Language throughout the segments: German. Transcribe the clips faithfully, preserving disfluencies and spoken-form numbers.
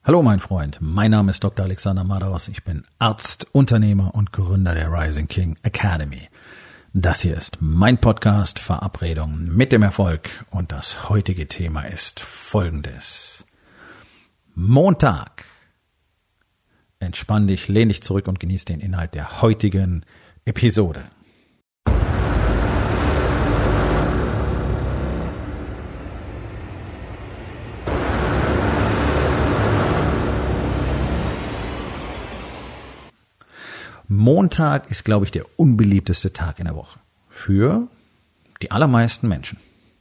Hallo mein Freund, mein Name ist Doktor Alexander Madaus, ich bin Arzt, Unternehmer und Gründer der Rising King Academy. Das hier ist mein Podcast Verabredung mit dem Erfolg und das heutige Thema ist folgendes. Montag. Entspann dich, lehn dich zurück und genieß den Inhalt der heutigen Episode. Montag ist, glaube ich, der unbeliebteste Tag in der Woche für die allermeisten Menschen.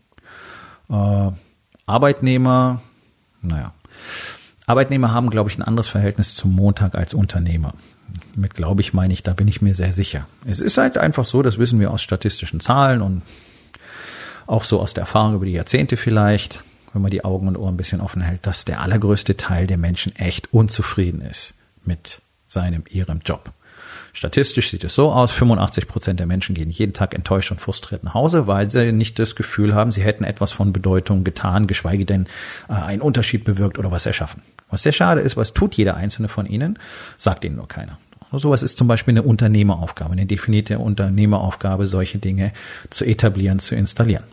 Äh, Arbeitnehmer, naja, Arbeitnehmer haben, glaube ich, ein anderes Verhältnis zum Montag als Unternehmer. Mit glaube ich meine ich, da bin ich mir sehr sicher. Es ist halt einfach so, das wissen wir aus statistischen Zahlen und auch so aus der Erfahrung über die Jahrzehnte vielleicht, wenn man die Augen und Ohren ein bisschen offen hält, dass der allergrößte Teil der Menschen echt unzufrieden ist mit seinem, ihrem Job. Statistisch sieht es so aus, fünfundachtzig Prozent der Menschen gehen jeden Tag enttäuscht und frustriert nach Hause, weil sie nicht das Gefühl haben, sie hätten etwas von Bedeutung getan, geschweige denn äh, einen Unterschied bewirkt oder was erschaffen. Was sehr schade ist, was tut jeder einzelne von ihnen, sagt ihnen nur keiner. Sowas ist zum Beispiel eine Unternehmeraufgabe, eine definierte Unternehmeraufgabe, solche Dinge zu etablieren, zu installieren.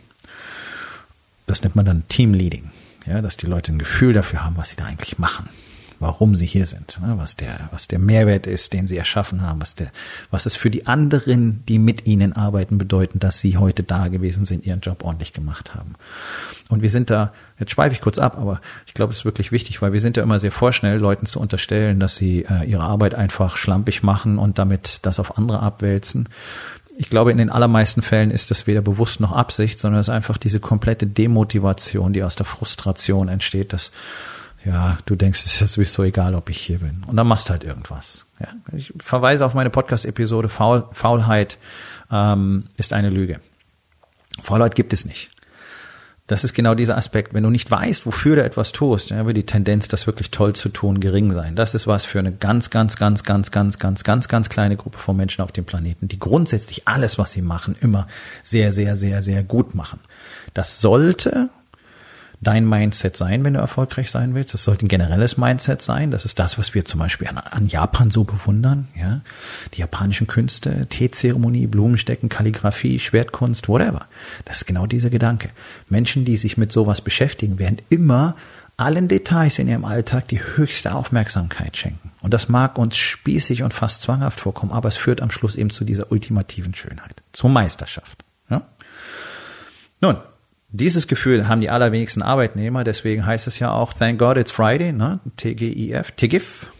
Das nennt man dann Teamleading, ja, dass die Leute ein Gefühl dafür haben, was sie da eigentlich machen. Warum sie hier sind, was der, was der Mehrwert ist, den sie erschaffen haben, was der, was es für die anderen, die mit ihnen arbeiten, bedeuten, dass sie heute da gewesen sind, ihren Job ordentlich gemacht haben. Und wir sind da, jetzt schweife ich kurz ab, aber ich glaube, es ist wirklich wichtig, weil wir sind ja immer sehr vorschnell, Leuten zu unterstellen, dass sie äh, ihre Arbeit einfach schlampig machen und damit das auf andere abwälzen. Ich glaube, in den allermeisten Fällen ist das weder bewusst noch Absicht, sondern es ist einfach diese komplette Demotivation, die aus der Frustration entsteht, dass ja, du denkst, es ist sowieso egal, ob ich hier bin. Und dann machst halt irgendwas. Ja, ich verweise auf meine Podcast-Episode Faul, Faulheit ähm, ist eine Lüge. Faulheit gibt es nicht. Das ist genau dieser Aspekt. Wenn du nicht weißt, wofür du etwas tust, dann wird die Tendenz, das wirklich toll zu tun, gering sein. Das ist was für eine ganz, ganz, ganz, ganz, ganz, ganz, ganz, ganz kleine Gruppe von Menschen auf dem Planeten, die grundsätzlich alles, was sie machen, immer sehr, sehr, sehr, sehr gut machen. Das sollte dein Mindset sein, wenn du erfolgreich sein willst. Das sollte ein generelles Mindset sein. Das ist das, was wir zum Beispiel an, an Japan so bewundern. Ja, die japanischen Künste, Teezeremonie, Blumenstecken, Kalligrafie, Schwertkunst, whatever. Das ist genau dieser Gedanke. Menschen, die sich mit sowas beschäftigen, werden immer allen Details in ihrem Alltag die höchste Aufmerksamkeit schenken. Und das mag uns spießig und fast zwanghaft vorkommen, aber es führt am Schluss eben zu dieser ultimativen Schönheit, zur Meisterschaft. Ja? Nun, dieses Gefühl haben die allerwenigsten Arbeitnehmer, deswegen heißt es ja auch Thank God it's Friday, ne? T G I F, T G I F.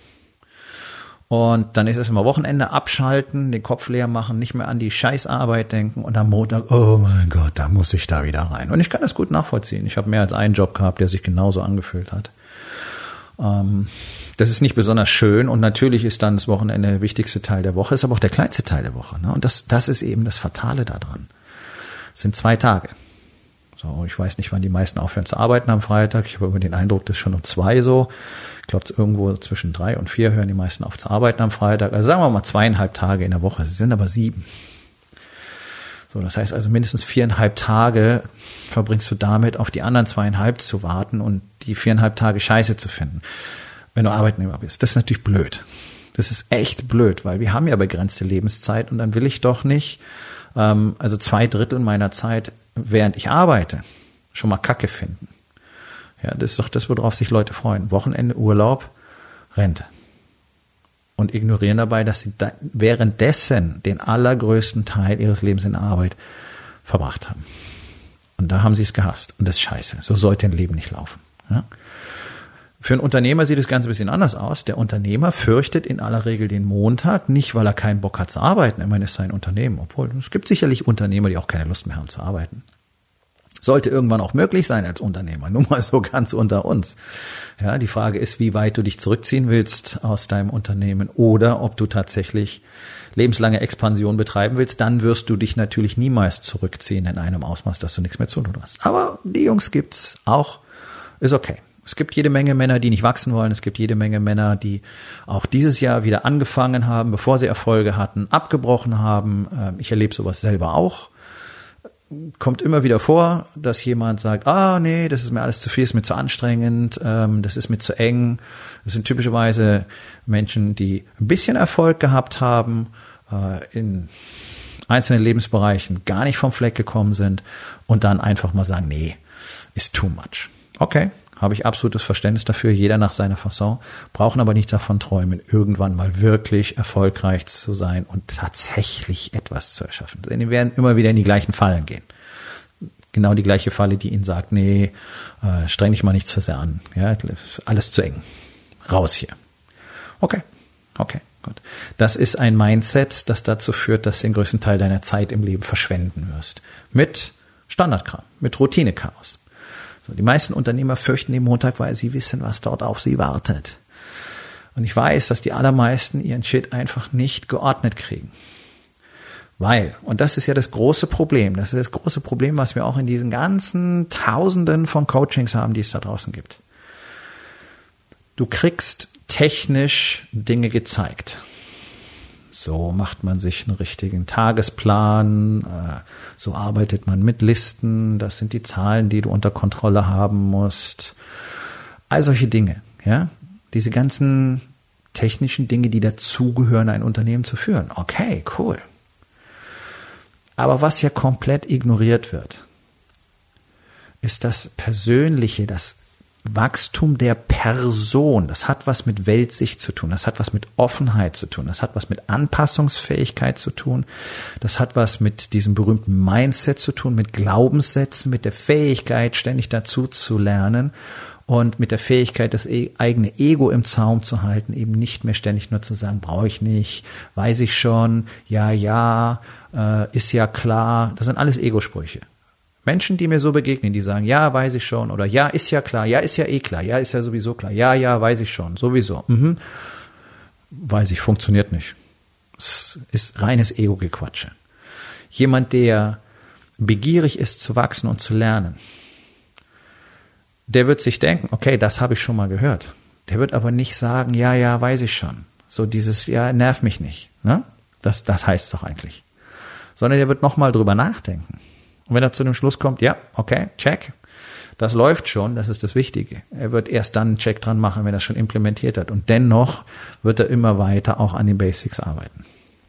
Und dann ist es immer Wochenende, abschalten, den Kopf leer machen, nicht mehr an die Scheißarbeit denken und am Montag, oh mein Gott, da muss ich da wieder rein. Und ich kann das gut nachvollziehen. Ich habe mehr als einen Job gehabt, der sich genauso angefühlt hat. Ähm, das ist nicht besonders schön und natürlich ist dann das Wochenende der wichtigste Teil der Woche, ist aber auch der kleinste Teil der Woche. Ne? Und das, das ist eben das Fatale daran. Es sind zwei Tage. So, ich weiß nicht, wann die meisten aufhören zu arbeiten am Freitag. Ich habe immer den Eindruck, das ist schon um zwei so. Ich glaube, irgendwo zwischen drei und vier hören die meisten auf zu arbeiten am Freitag. Also sagen wir mal zweieinhalb Tage in der Woche. Sie sind aber sieben. So, das heißt also mindestens viereinhalb Tage verbringst du damit, auf die anderen zweieinhalb zu warten und die viereinhalb Tage Scheiße zu finden, wenn du Arbeitnehmer bist. Das ist natürlich blöd. Das ist echt blöd, weil wir haben ja begrenzte Lebenszeit und dann will ich doch nicht, ähm, also zwei Drittel meiner Zeit während ich arbeite, schon mal Kacke finden. Ja, das ist doch das, worauf sich Leute freuen. Wochenende, Urlaub, Rente. Und ignorieren dabei, dass sie da währenddessen den allergrößten Teil ihres Lebens in der Arbeit verbracht haben. Und da haben sie es gehasst. Und das ist scheiße. So sollte ein Leben nicht laufen. Ja? Für einen Unternehmer sieht das Ganze ein bisschen anders aus. Der Unternehmer fürchtet in aller Regel den Montag, nicht weil er keinen Bock hat zu arbeiten. Ich meine, es ist sein Unternehmen. Obwohl, es gibt sicherlich Unternehmer, die auch keine Lust mehr haben zu arbeiten. Sollte irgendwann auch möglich sein als Unternehmer. Nur mal so ganz unter uns. Ja, die Frage ist, wie weit du dich zurückziehen willst aus deinem Unternehmen oder ob du tatsächlich lebenslange Expansion betreiben willst. Dann wirst du dich natürlich niemals zurückziehen in einem Ausmaß, dass du nichts mehr zu tun hast. Aber die Jungs gibt's auch. Ist okay. Es gibt jede Menge Männer, die nicht wachsen wollen. Es gibt jede Menge Männer, die auch dieses Jahr wieder angefangen haben, bevor sie Erfolge hatten, abgebrochen haben. Ich erlebe sowas selber auch. kommt immer wieder vor, dass jemand sagt, ah nee, das ist mir alles zu viel, ist mir zu anstrengend, ähm, das ist mir zu eng. Das sind typischerweise Menschen, die ein bisschen Erfolg gehabt haben, äh, in einzelnen Lebensbereichen gar nicht vom Fleck gekommen sind und dann einfach mal sagen, nee, ist too much. Okay, habe ich absolutes Verständnis dafür, jeder nach seiner Fasson, brauchen aber nicht davon träumen, irgendwann mal wirklich erfolgreich zu sein und tatsächlich etwas zu erschaffen. Denn die werden immer wieder in die gleichen Fallen gehen. Genau die gleiche Falle, die ihnen sagt, nee, äh, streng dich mal nicht zu sehr an. Ja, alles zu eng. Raus hier. Okay, okay. Gut. Das ist ein Mindset, das dazu führt, dass du den größten Teil deiner Zeit im Leben verschwenden wirst. Mit Standardkram, mit Routinechaos. So, die meisten Unternehmer fürchten den Montag, weil sie wissen, was dort auf sie wartet. Und ich weiß, dass die allermeisten ihren Shit einfach nicht geordnet kriegen. Weil, und das ist ja das große Problem, das ist das große Problem, was wir auch in diesen ganzen Tausenden von Coachings haben, die es da draußen gibt. Du kriegst technisch Dinge gezeigt. So macht man sich einen richtigen Tagesplan, so arbeitet man mit Listen, das sind die Zahlen, die du unter Kontrolle haben musst. All solche Dinge, ja. Diese ganzen technischen Dinge, die dazugehören, ein Unternehmen zu führen. Okay, cool. Aber was ja komplett ignoriert wird, ist das Persönliche, das Wachstum der Person. Das hat was mit Weltsicht zu tun, das hat was mit Offenheit zu tun, das hat was mit Anpassungsfähigkeit zu tun, das hat was mit diesem berühmten Mindset zu tun, mit Glaubenssätzen, mit der Fähigkeit, ständig dazu zu lernen und mit der Fähigkeit, das eigene Ego im Zaum zu halten, eben nicht mehr ständig nur zu sagen, brauche ich nicht, weiß ich schon, ja, ja, äh, ist ja klar. Das sind alles Ego-Sprüche. Menschen, die mir so begegnen, die sagen, ja, weiß ich schon, oder ja, ist ja klar, ja, ist ja eh klar, ja, ist ja sowieso klar, ja, ja, weiß ich schon, sowieso. Mhm. Weiß ich, funktioniert nicht. Es ist reines Ego-Gequatsche. Jemand, der begierig ist zu wachsen und zu lernen, der wird sich denken, okay, das habe ich schon mal gehört. Der wird aber nicht sagen, ja, ja, weiß ich schon. So dieses, ja, nerv mich nicht. Ne? Das, das heißt es doch eigentlich. Sondern der wird nochmal drüber nachdenken. Und wenn er zu dem Schluss kommt, ja, okay, check, das läuft schon, das ist das Wichtige. Er wird erst dann einen Check dran machen, wenn er es schon implementiert hat. Und dennoch wird er immer weiter auch an den Basics arbeiten.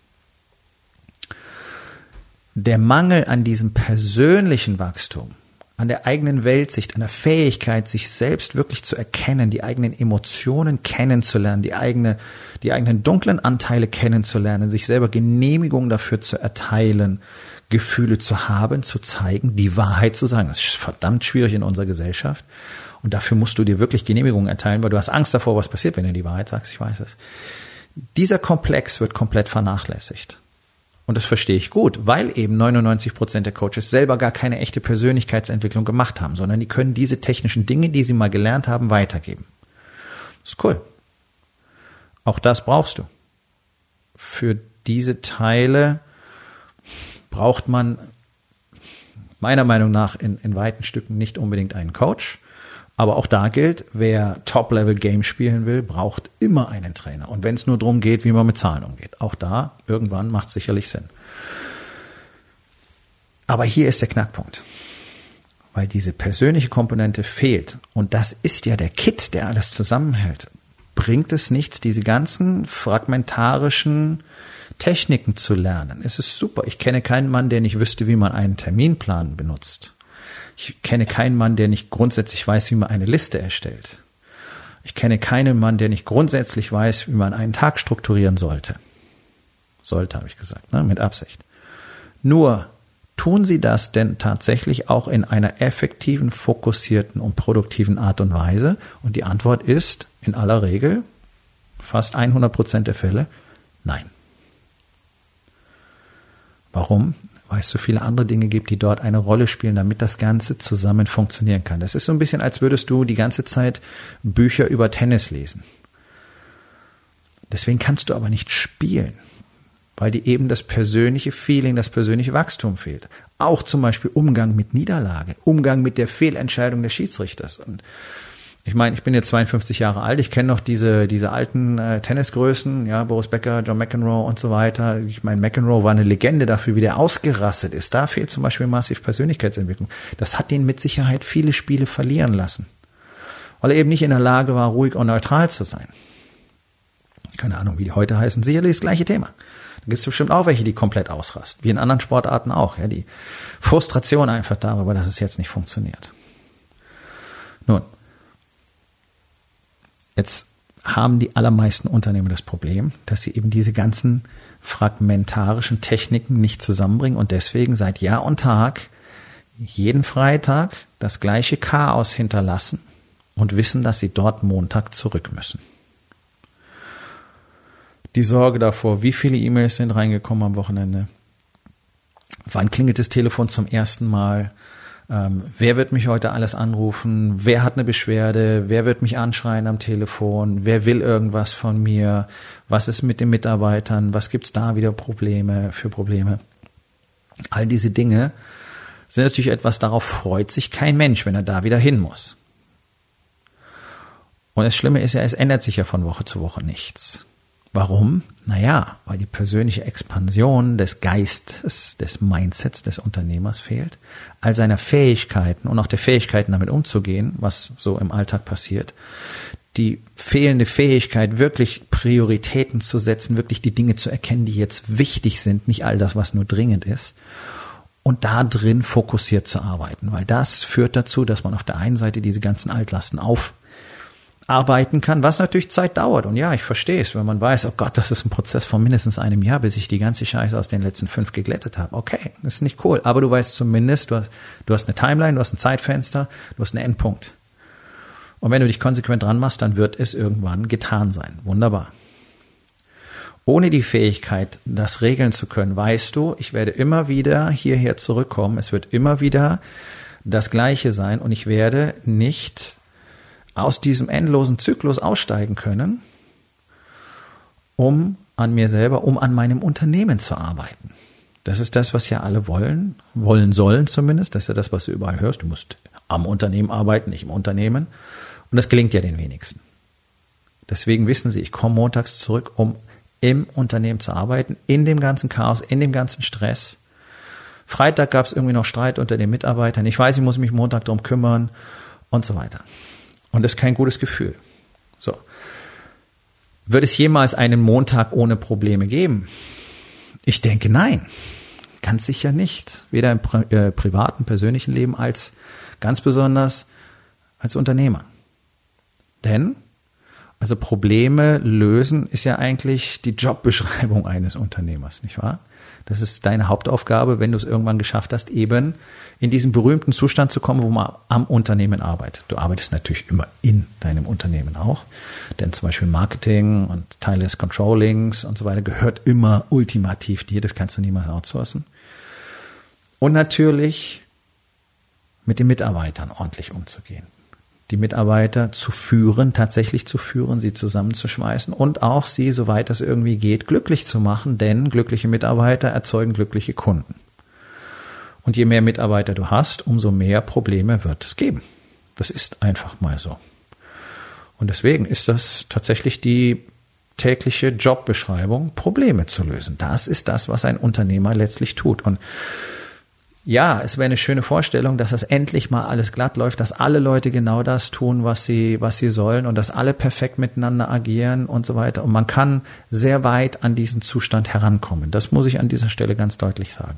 Der Mangel an diesem persönlichen Wachstum, an der eigenen Weltsicht, an der Fähigkeit, sich selbst wirklich zu erkennen, die eigenen Emotionen kennenzulernen, die eigene, die eigenen dunklen Anteile kennenzulernen, sich selber Genehmigung dafür zu erteilen, Gefühle zu haben, zu zeigen, die Wahrheit zu sagen. Das ist verdammt schwierig in unserer Gesellschaft. Und dafür musst du dir wirklich Genehmigung erteilen, weil du hast Angst davor, was passiert, wenn du die Wahrheit sagst. Ich weiß es. Dieser Komplex wird komplett vernachlässigt. Und das verstehe ich gut, weil eben neunundneunzig Prozent der Coaches selber gar keine echte Persönlichkeitsentwicklung gemacht haben, sondern die können diese technischen Dinge, die sie mal gelernt haben, weitergeben. Das ist cool. Auch das brauchst du. Für diese Teile braucht man meiner Meinung nach in, in weiten Stücken nicht unbedingt einen Coach. Aber auch da gilt, wer Top-Level-Game spielen will, braucht immer einen Trainer. Und wenn es nur darum geht, wie man mit Zahlen umgeht. Auch da, irgendwann macht es sicherlich Sinn. Aber hier ist der Knackpunkt. Weil diese persönliche Komponente fehlt. Und das ist ja der Kit, der alles zusammenhält. Bringt es nichts, diese ganzen fragmentarischen Techniken zu lernen. Es ist super. Ich kenne keinen Mann, der nicht wüsste, wie man einen Terminplan benutzt. Ich kenne keinen Mann, der nicht grundsätzlich weiß, wie man eine Liste erstellt. Ich kenne keinen Mann, der nicht grundsätzlich weiß, wie man einen Tag strukturieren sollte. Sollte, habe ich gesagt, ne? Mit Absicht. Nur, tun Sie das denn tatsächlich auch in einer effektiven, fokussierten und produktiven Art und Weise? Und die Antwort ist in aller Regel, fast hundert Prozent der Fälle, nein. Warum? Weil es so viele andere Dinge gibt, die dort eine Rolle spielen, damit das Ganze zusammen funktionieren kann. Das ist so ein bisschen, als würdest du die ganze Zeit Bücher über Tennis lesen. Deswegen kannst du aber nicht spielen, weil dir eben das persönliche Feeling, das persönliche Wachstum fehlt. Auch zum Beispiel Umgang mit Niederlage, Umgang mit der Fehlentscheidung des Schiedsrichters. Und Ich meine, ich bin jetzt zweiundfünfzig Jahre alt, ich kenne noch diese diese alten äh, Tennisgrößen, ja, Boris Becker, John McEnroe und so weiter. Ich meine, McEnroe war eine Legende dafür, wie der ausgerastet ist. Da fehlt zum Beispiel massiv Persönlichkeitsentwicklung. Das hat ihn mit Sicherheit viele Spiele verlieren lassen, weil er eben nicht in der Lage war, ruhig und neutral zu sein. Keine Ahnung, wie die heute heißen, sicherlich das gleiche Thema. Da gibt es bestimmt auch welche, die komplett ausrasten, wie in anderen Sportarten auch. Ja, die Frustration einfach darüber, dass es jetzt nicht funktioniert. Nun, jetzt haben die allermeisten Unternehmen das Problem, dass sie eben diese ganzen fragmentarischen Techniken nicht zusammenbringen und deswegen seit Jahr und Tag jeden Freitag das gleiche Chaos hinterlassen und wissen, dass sie dort Montag zurück müssen. Die Sorge davor, wie viele E-Mails sind reingekommen am Wochenende, wann klingelt das Telefon zum ersten Mal, ähm, wer wird mich heute alles anrufen, wer hat eine Beschwerde, wer wird mich anschreien am Telefon, wer will irgendwas von mir, was ist mit den Mitarbeitern, was gibt's da wieder Probleme für Probleme. All diese Dinge sind natürlich etwas, darauf freut sich kein Mensch, wenn er da wieder hin muss. Und das Schlimme ist ja, es ändert sich ja von Woche zu Woche nichts. Warum? Naja, weil die persönliche Expansion des Geistes, des Mindsets des Unternehmers fehlt, all seiner Fähigkeiten und auch der Fähigkeiten damit umzugehen, was so im Alltag passiert, die fehlende Fähigkeit, wirklich Prioritäten zu setzen, wirklich die Dinge zu erkennen, die jetzt wichtig sind, nicht all das, was nur dringend ist, und da drin fokussiert zu arbeiten, weil das führt dazu, dass man auf der einen Seite diese ganzen Altlasten auf arbeiten kann, was natürlich Zeit dauert. Und ja, ich verstehe es, wenn man weiß, oh Gott, das ist ein Prozess von mindestens einem Jahr, bis ich die ganze Scheiße aus den letzten fünf geglättet habe. Okay, das ist nicht cool. Aber du weißt zumindest, du hast, du hast eine Timeline, du hast ein Zeitfenster, du hast einen Endpunkt. Und wenn du dich konsequent dran machst, dann wird es irgendwann getan sein. Wunderbar. Ohne die Fähigkeit, das regeln zu können, weißt du, ich werde immer wieder hierher zurückkommen. Es wird immer wieder das Gleiche sein und ich werde nicht aus diesem endlosen Zyklus aussteigen können, um an mir selber, um an meinem Unternehmen zu arbeiten. Das ist das, was ja alle wollen, wollen sollen zumindest. Das ist ja das, was du überall hörst. Du musst am Unternehmen arbeiten, nicht im Unternehmen. Und das gelingt ja den wenigsten. Deswegen wissen sie, ich komme montags zurück, um im Unternehmen zu arbeiten, in dem ganzen Chaos, in dem ganzen Stress. Freitag gab es irgendwie noch Streit unter den Mitarbeitern. Ich weiß, ich muss mich Montag darum kümmern und so weiter. Und das ist kein gutes Gefühl. So. Wird es jemals einen Montag ohne Probleme geben? Ich denke, nein. Ganz sicher nicht. Weder im pri- äh, privaten, persönlichen Leben als ganz besonders als Unternehmer. Denn, also Probleme lösen ist ja eigentlich die Jobbeschreibung eines Unternehmers, nicht wahr? Das ist deine Hauptaufgabe, wenn du es irgendwann geschafft hast, eben in diesen berühmten Zustand zu kommen, wo man am Unternehmen arbeitet. Du arbeitest natürlich immer in deinem Unternehmen auch, denn zum Beispiel Marketing und Teile des Controllings und so weiter gehört immer ultimativ dir, das kannst du niemals outsourcen. Und natürlich mit den Mitarbeitern ordentlich umzugehen. Die Mitarbeiter zu führen, tatsächlich zu führen, sie zusammenzuschmeißen und auch sie, soweit das irgendwie geht, glücklich zu machen, denn glückliche Mitarbeiter erzeugen glückliche Kunden. Und je mehr Mitarbeiter du hast, umso mehr Probleme wird es geben. Das ist einfach mal so. Und deswegen ist das tatsächlich die tägliche Jobbeschreibung, Probleme zu lösen. Das ist das, was ein Unternehmer letztlich tut. Und ja, es wäre eine schöne Vorstellung, dass das endlich mal alles glatt läuft, dass alle Leute genau das tun, was sie, was sie sollen und dass alle perfekt miteinander agieren und so weiter. Und man kann sehr weit an diesen Zustand herankommen. Das muss ich an dieser Stelle ganz deutlich sagen.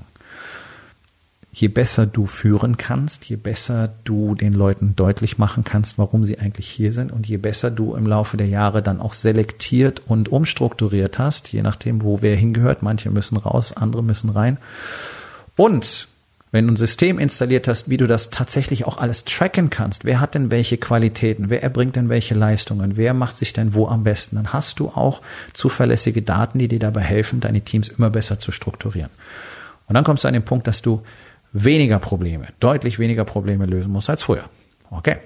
Je besser du führen kannst, je besser du den Leuten deutlich machen kannst, warum sie eigentlich hier sind und je besser du im Laufe der Jahre dann auch selektiert und umstrukturiert hast, je nachdem, wo wer hingehört. Manche müssen raus, andere müssen rein. Und wenn du ein System installiert hast, wie du das tatsächlich auch alles tracken kannst, wer hat denn welche Qualitäten, wer erbringt denn welche Leistungen, wer macht sich denn wo am besten, dann hast du auch zuverlässige Daten, die dir dabei helfen, deine Teams immer besser zu strukturieren. Und dann kommst du an den Punkt, dass du weniger Probleme, deutlich weniger Probleme lösen musst als früher. Okay.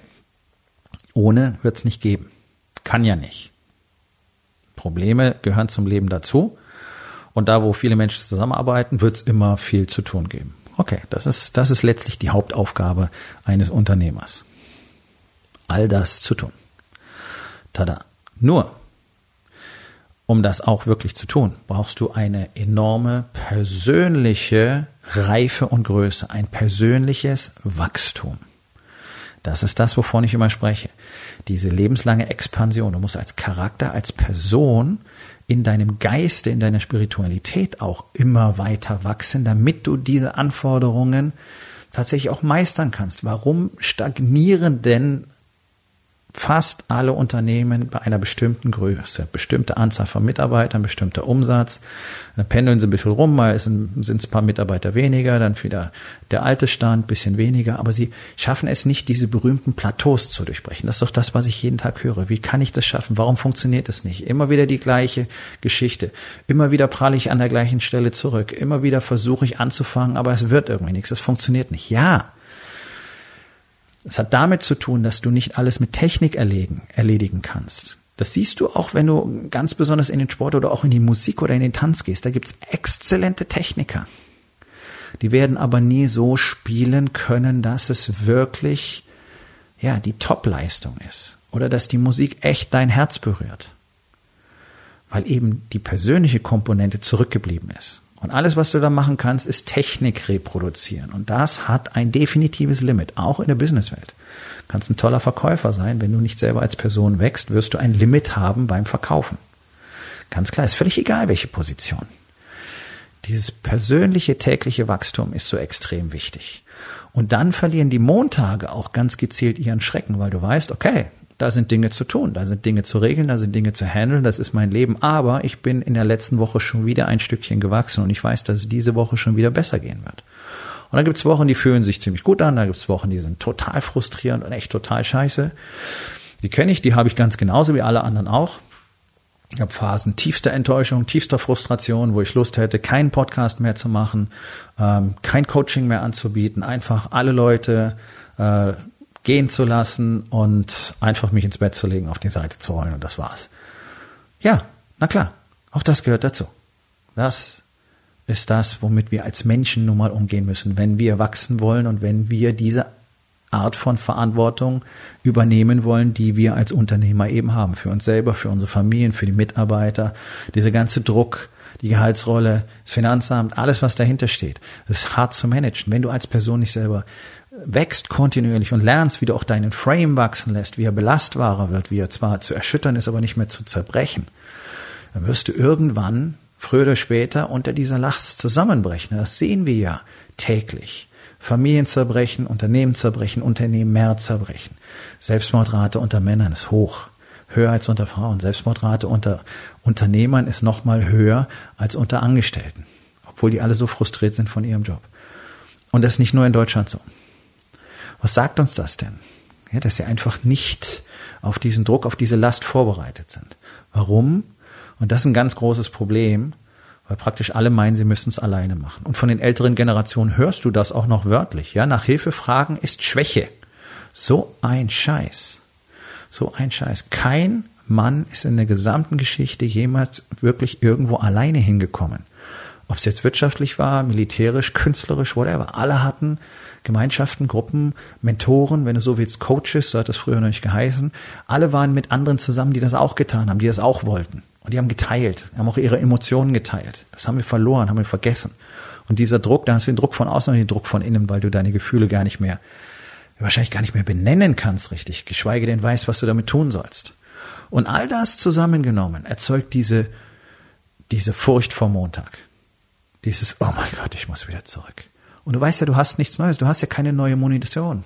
Ohne wird es nicht geben. Kann ja nicht. Probleme gehören zum Leben dazu. Und da, wo viele Menschen zusammenarbeiten, wird es immer viel zu tun geben. Okay, das ist, das ist letztlich die Hauptaufgabe eines Unternehmers. all das zu tun. Tada. Nur, um das auch wirklich zu tun, brauchst du eine enorme persönliche Reife und Größe, ein persönliches Wachstum. Das ist das, wovon ich immer spreche. Diese lebenslange Expansion. Du musst als Charakter, als Person in deinem Geiste, in deiner Spiritualität auch immer weiter wachsen, damit du diese Anforderungen tatsächlich auch meistern kannst. Warum stagnieren denn fast alle Unternehmen bei einer bestimmten Größe, bestimmte Anzahl von Mitarbeitern, bestimmter Umsatz? Dann pendeln sie ein bisschen rum, mal sind es ein paar Mitarbeiter weniger, dann wieder der alte Stand, ein bisschen weniger, aber sie schaffen es nicht, diese berühmten Plateaus zu durchbrechen. Das ist doch das, was ich jeden Tag höre. Wie kann ich das schaffen? Warum funktioniert das nicht? Immer wieder die gleiche Geschichte. Immer wieder pralle ich an der gleichen Stelle zurück. Immer wieder versuche ich anzufangen, aber es wird irgendwie nichts. Es funktioniert nicht. Ja, es hat damit zu tun, dass du nicht alles mit Technik erledigen, erledigen kannst. Das siehst du auch, wenn du ganz besonders in den Sport oder auch in die Musik oder in den Tanz gehst. Da gibt's exzellente Techniker. Die werden aber nie so spielen können, dass es wirklich, ja, die Top-Leistung ist. Oder dass die Musik echt dein Herz berührt. Weil eben die persönliche Komponente zurückgeblieben ist. Und alles, was du da machen kannst, ist Technik reproduzieren. Und das hat ein definitives Limit, auch in der Businesswelt. Du kannst ein toller Verkäufer sein, wenn du nicht selber als Person wächst, wirst du ein Limit haben beim Verkaufen. Ganz klar, ist völlig egal, welche Position. Dieses persönliche tägliche Wachstum ist so extrem wichtig. Und dann verlieren die Montage auch ganz gezielt ihren Schrecken, weil du weißt, okay, da sind Dinge zu tun, da sind Dinge zu regeln, da sind Dinge zu handeln, das ist mein Leben. Aber ich bin in der letzten Woche schon wieder ein Stückchen gewachsen und ich weiß, dass es diese Woche schon wieder besser gehen wird. Und dann gibt's Wochen, die fühlen sich ziemlich gut an, da gibt's Wochen, die sind total frustrierend und echt total scheiße. Die kenne ich, die habe ich ganz genauso wie alle anderen auch. Ich habe Phasen tiefster Enttäuschung, tiefster Frustration, wo ich Lust hätte, keinen Podcast mehr zu machen, ähm, kein Coaching mehr anzubieten, einfach alle Leute äh, gehen zu lassen und einfach mich ins Bett zu legen, auf die Seite zu rollen und das war's. Ja, na klar, auch das gehört dazu. Das ist das, womit wir als Menschen nun mal umgehen müssen, wenn wir wachsen wollen und wenn wir diese Art von Verantwortung übernehmen wollen, die wir als Unternehmer eben haben. Für uns selber, für unsere Familien, für die Mitarbeiter. Dieser ganze Druck, die Gehaltsrolle, das Finanzamt, alles, was dahinter steht. Das ist hart zu managen. Wenn du als Person nicht selber wächst kontinuierlich und lernst, wie du auch deinen Frame wachsen lässt, wie er belastbarer wird, wie er zwar zu erschüttern ist, aber nicht mehr zu zerbrechen, dann wirst du irgendwann, früher oder später, unter dieser Last zusammenbrechen. Das sehen wir ja täglich. Familien zerbrechen, Unternehmen zerbrechen, Unternehmen mehr zerbrechen. Selbstmordrate unter Männern ist hoch, höher als unter Frauen. Selbstmordrate unter Unternehmern ist noch mal höher als unter Angestellten, obwohl die alle so frustriert sind von ihrem Job. Und das ist nicht nur in Deutschland so. Was sagt uns das denn? Ja, dass sie einfach nicht auf diesen Druck, auf diese Last vorbereitet sind. Warum? Und das ist ein ganz großes Problem, weil praktisch alle meinen, sie müssen es alleine machen. Und von den älteren Generationen hörst du das auch noch wörtlich. Ja, nach Hilfe fragen ist Schwäche. So ein Scheiß. So ein Scheiß. Kein Mann ist in der gesamten Geschichte jemals wirklich irgendwo alleine hingekommen. Ob es jetzt wirtschaftlich war, militärisch, künstlerisch, whatever. Alle hatten Gemeinschaften, Gruppen, Mentoren, wenn du so willst, Coaches, so hat das früher noch nicht geheißen. Alle waren mit anderen zusammen, die das auch getan haben, die das auch wollten. Und die haben geteilt, haben auch ihre Emotionen geteilt. Das haben wir verloren, haben wir vergessen. Und dieser Druck, da hast du den Druck von außen und den Druck von innen, weil du deine Gefühle gar nicht mehr, wahrscheinlich gar nicht mehr benennen kannst richtig, geschweige denn weißt, was du damit tun sollst. Und all das zusammengenommen erzeugt diese, diese Furcht vor Montag. Dieses, oh mein Gott, ich muss wieder zurück. Und du weißt ja, du hast nichts Neues, du hast ja keine neue Munition.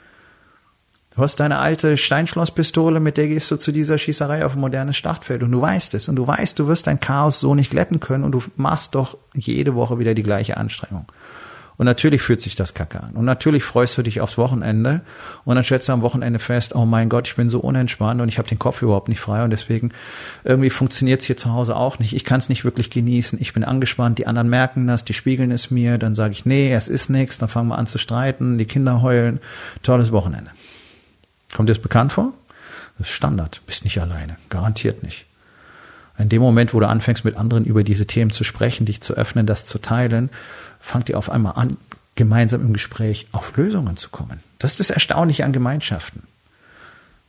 Du hast deine alte Steinschlosspistole, mit der gehst du zu dieser Schießerei auf ein modernes Startfeld und du weißt es. Und du weißt, du wirst dein Chaos so nicht glätten können und du machst doch jede Woche wieder die gleiche Anstrengung. Und natürlich fühlt sich das kacke an. Und natürlich freust du dich aufs Wochenende und dann stellst du am Wochenende fest, oh mein Gott, ich bin so unentspannt und ich habe den Kopf überhaupt nicht frei und deswegen irgendwie funktioniert es hier zu Hause auch nicht. Ich kann es nicht wirklich genießen, ich bin angespannt, die anderen merken das, die spiegeln es mir, dann sage ich, nee, es ist nichts, dann fangen wir an zu streiten, die Kinder heulen, tolles Wochenende. Kommt dir das bekannt vor? Das ist Standard, bist nicht alleine, garantiert nicht. In dem Moment, wo du anfängst, mit anderen über diese Themen zu sprechen, dich zu öffnen, das zu teilen, fangt ihr auf einmal an, gemeinsam im Gespräch auf Lösungen zu kommen. Das ist das Erstaunliche an Gemeinschaften.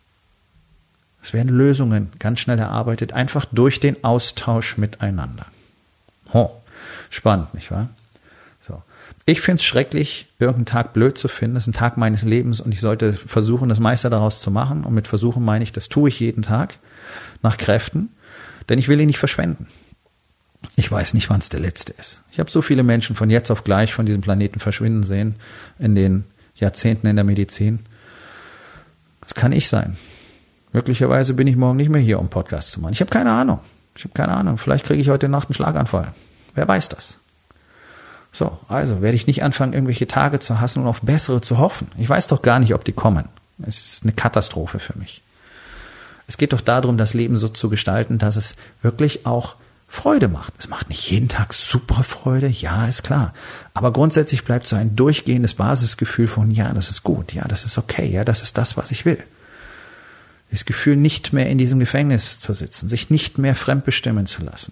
Es werden Lösungen ganz schnell erarbeitet, einfach durch den Austausch miteinander. Oh, spannend, nicht wahr? So. Ich finde es schrecklich, irgendeinen Tag blöd zu finden. Das ist ein Tag meines Lebens und ich sollte versuchen, das meiste daraus zu machen. Und mit versuchen meine ich, das tue ich jeden Tag nach Kräften, denn ich will ihn nicht verschwenden. Ich weiß nicht, wann es der letzte ist. Ich habe so viele Menschen von jetzt auf gleich von diesem Planeten verschwinden sehen in den Jahrzehnten in der Medizin. Das kann ich sein. Möglicherweise bin ich morgen nicht mehr hier, um Podcast zu machen. Ich habe keine Ahnung. Ich habe keine Ahnung. Vielleicht kriege ich heute Nacht einen Schlaganfall. Wer weiß das? So, also werde ich nicht anfangen, irgendwelche Tage zu hassen und auf bessere zu hoffen. Ich weiß doch gar nicht, ob die kommen. Es ist eine Katastrophe für mich. Es geht doch darum, das Leben so zu gestalten, dass es wirklich auch Freude macht. Es macht nicht jeden Tag super Freude, ja, ist klar. Aber grundsätzlich bleibt so ein durchgehendes Basisgefühl von, ja, das ist gut, ja, das ist okay, ja, das ist das, was ich will. Das Gefühl, nicht mehr in diesem Gefängnis zu sitzen, sich nicht mehr fremdbestimmen zu lassen.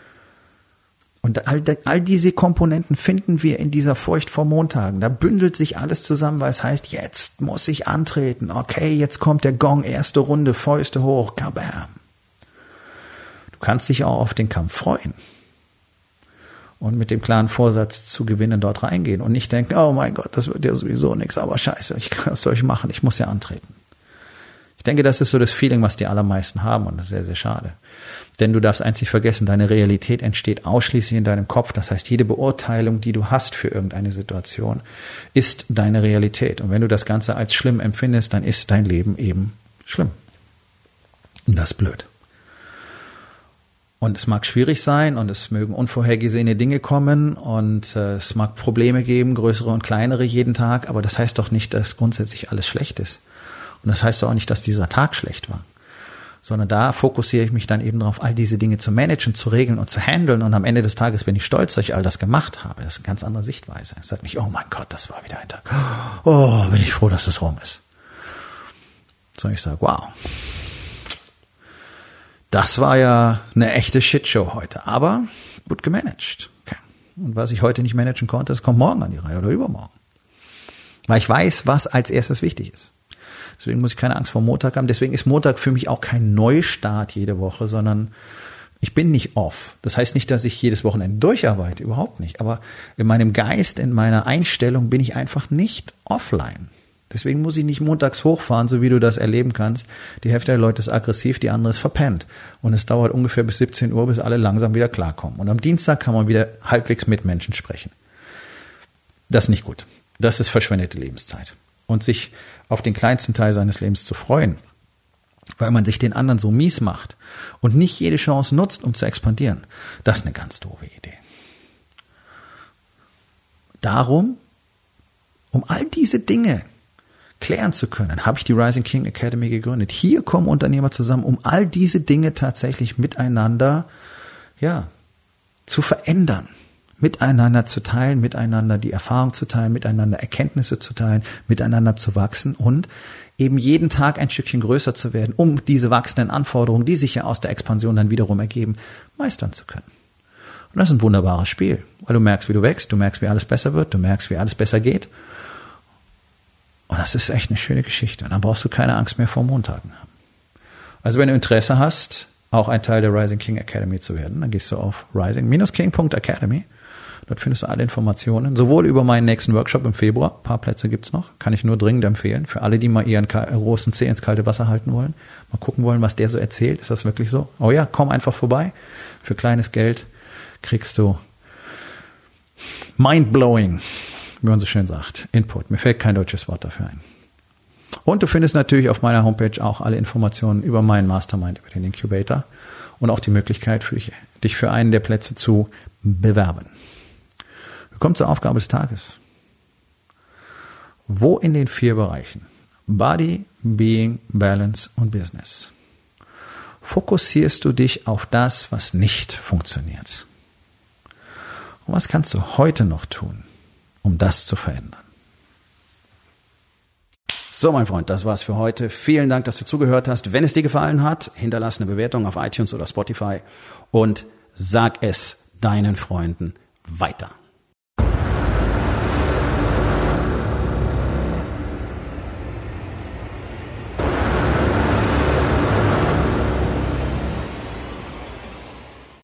Und all, all diese Komponenten finden wir in dieser Furcht vor Montagen. Da bündelt sich alles zusammen, weil es heißt, jetzt muss ich antreten. Okay, jetzt kommt der Gong, erste Runde, Fäuste hoch, kabam. Du kannst dich auch auf den Kampf freuen. Und mit dem klaren Vorsatz zu gewinnen dort reingehen. Und nicht denken, oh mein Gott, das wird ja sowieso nichts, aber scheiße, ich kann, was soll ich machen? Ich muss ja antreten. Ich denke, das ist so das Feeling, was die allermeisten haben und das ist sehr, sehr schade. Denn du darfst eins nicht vergessen, deine Realität entsteht ausschließlich in deinem Kopf. Das heißt, jede Beurteilung, die du hast für irgendeine Situation, ist deine Realität. Und wenn du das Ganze als schlimm empfindest, dann ist dein Leben eben schlimm. Und das ist blöd. Und es mag schwierig sein und es mögen unvorhergesehene Dinge kommen und äh, es mag Probleme geben, größere und kleinere jeden Tag, aber das heißt doch nicht, dass grundsätzlich alles schlecht ist. Und das heißt doch auch nicht, dass dieser Tag schlecht war. Sondern da fokussiere ich mich dann eben darauf, all diese Dinge zu managen, zu regeln und zu handeln. Und am Ende des Tages bin ich stolz, dass ich all das gemacht habe. Das ist eine ganz andere Sichtweise. Ich sage nicht, oh mein Gott, das war wieder ein Tag. Oh, bin ich froh, dass es rum ist. Sondern ich sage, wow, das war ja eine echte Shitshow heute. Aber gut gemanagt. Okay. Und was ich heute nicht managen konnte, das kommt morgen an die Reihe oder übermorgen. Weil ich weiß, was als erstes wichtig ist. Deswegen muss ich keine Angst vor Montag haben. Deswegen ist Montag für mich auch kein Neustart jede Woche, sondern ich bin nicht off. Das heißt nicht, dass ich jedes Wochenende durcharbeite, überhaupt nicht. Aber in meinem Geist, in meiner Einstellung bin ich einfach nicht offline. Deswegen muss ich nicht montags hochfahren, so wie du das erleben kannst. Die Hälfte der Leute ist aggressiv, die andere ist verpennt. Und es dauert ungefähr bis siebzehn Uhr, bis alle langsam wieder klarkommen. Und am Dienstag kann man wieder halbwegs mit Menschen sprechen. Das ist nicht gut. Das ist verschwendete Lebenszeit. Und sich auf den kleinsten Teil seines Lebens zu freuen, weil man sich den anderen so mies macht und nicht jede Chance nutzt, um zu expandieren, das ist eine ganz doofe Idee. Darum, um all diese Dinge klären zu können, habe ich die Rising King Academy gegründet. Hier kommen Unternehmer zusammen, um all diese Dinge tatsächlich miteinander, ja, zu verändern. Miteinander zu teilen, miteinander die Erfahrung zu teilen, miteinander Erkenntnisse zu teilen, miteinander zu wachsen und eben jeden Tag ein Stückchen größer zu werden, um diese wachsenden Anforderungen, die sich ja aus der Expansion dann wiederum ergeben, meistern zu können. Und das ist ein wunderbares Spiel, weil du merkst, wie du wächst, du merkst, wie alles besser wird, du merkst, wie alles besser geht. Und das ist echt eine schöne Geschichte. Und dann brauchst du keine Angst mehr vor Montagen haben. Also wenn du Interesse hast, auch ein Teil der Rising King Academy zu werden, dann gehst du auf rising Bindestrich king Punkt academy. Dort findest du alle Informationen, sowohl über meinen nächsten Workshop im Februar, ein paar Plätze gibt's noch, kann ich nur dringend empfehlen, für alle, die mal ihren großen Zeh ins kalte Wasser halten wollen, mal gucken wollen, was der so erzählt, ist das wirklich so? Oh ja, komm einfach vorbei, für kleines Geld kriegst du mind-blowing, wie man so schön sagt, Input, mir fällt kein deutsches Wort dafür ein. Und du findest natürlich auf meiner Homepage auch alle Informationen über meinen Mastermind, über den Incubator und auch die Möglichkeit, für dich, dich für einen der Plätze zu bewerben. Kommt zur Aufgabe des Tages. Wo in den vier Bereichen Body, Being, Balance und Business fokussierst du dich auf das, was nicht funktioniert? Und was kannst du heute noch tun, um das zu verändern? So, mein Freund, das war's für heute. Vielen Dank, dass du zugehört hast. Wenn es dir gefallen hat, hinterlass eine Bewertung auf iTunes oder Spotify und sag es deinen Freunden weiter.